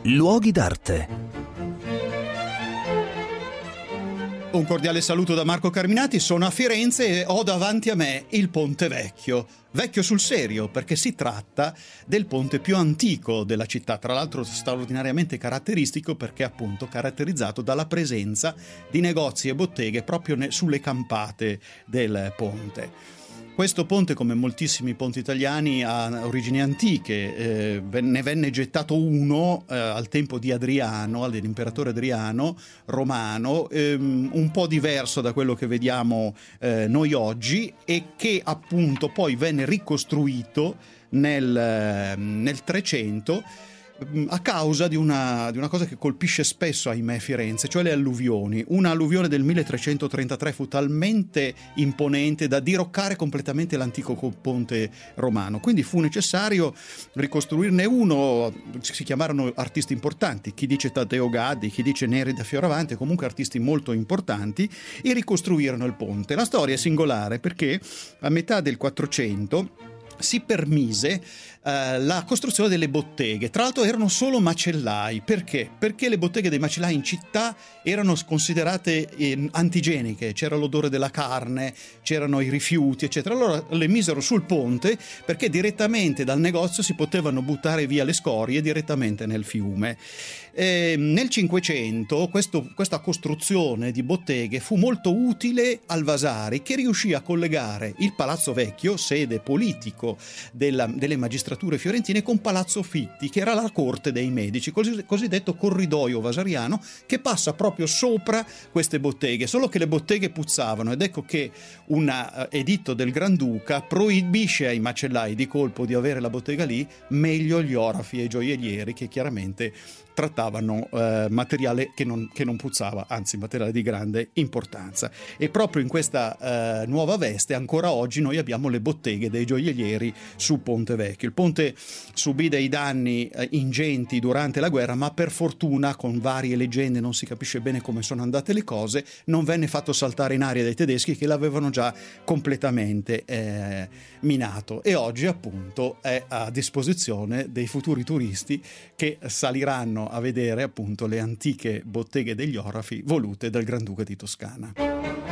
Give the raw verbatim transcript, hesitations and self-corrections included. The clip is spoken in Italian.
Luoghi d'arte. Un cordiale saluto da Marco Carminati, sono a Firenze e ho davanti a me il Ponte Vecchio. Vecchio sul serio, perché si tratta del ponte più antico della città, tra l'altro straordinariamente caratteristico perché è appunto caratterizzato dalla presenza di negozi e botteghe proprio ne- sulle campate del ponte. Questo ponte, come moltissimi ponti italiani, ha origini antiche, eh, ne venne gettato uno eh, al tempo di Adriano, dell'imperatore Adriano romano, ehm, un po' diverso da quello che vediamo eh, noi oggi e che appunto poi venne ricostruito nel, nel trecento a causa di una, di una cosa che colpisce spesso, ahimè, Firenze, cioè le alluvioni. Una alluvione del milletrecentotrentatré fu talmente imponente da diroccare completamente l'antico ponte romano, quindi fu necessario ricostruirne uno. Si chiamarono artisti importanti, chi dice Taddeo Gaddi, chi dice Neri da Fioravanti, comunque artisti molto importanti, e ricostruirono il ponte. La storia è singolare perché a metà del quattrocento si permise eh, la costruzione delle botteghe. Tra l'altro erano solo macellai. Perché? Perché le botteghe dei macellai in città erano considerate eh, antigeniche, c'era l'odore della carne, c'erano i rifiuti, eccetera. Allora le misero sul ponte perché direttamente dal negozio si potevano buttare via le scorie direttamente nel fiume. E nel Cinquecento questo, questa costruzione di botteghe fu molto utile al Vasari, che riuscì a collegare il Palazzo Vecchio, sede politico della, delle magistrature fiorentine, con Palazzo Fitti, che era la corte dei Medici, così, cosiddetto corridoio vasariano che passa proprio sopra queste botteghe, solo che le botteghe puzzavano, ed ecco che un uh, editto del Granduca proibisce ai macellai di colpo di avere la bottega lì, meglio gli orafi e i gioiellieri, che chiaramente trattavano eh, materiale che non, che non puzzava, anzi materiale di grande importanza. E proprio in questa eh, nuova veste ancora oggi noi abbiamo le botteghe dei gioiellieri su Ponte Vecchio. Il ponte subì dei danni eh, ingenti durante la guerra, ma per fortuna, con varie leggende, non si capisce bene come sono andate le cose, non venne fatto saltare in aria dai tedeschi, che l'avevano già completamente eh, minato, e oggi appunto è a disposizione dei futuri turisti che saliranno a vedere appunto le antiche botteghe degli orafi volute dal Granduca di Toscana.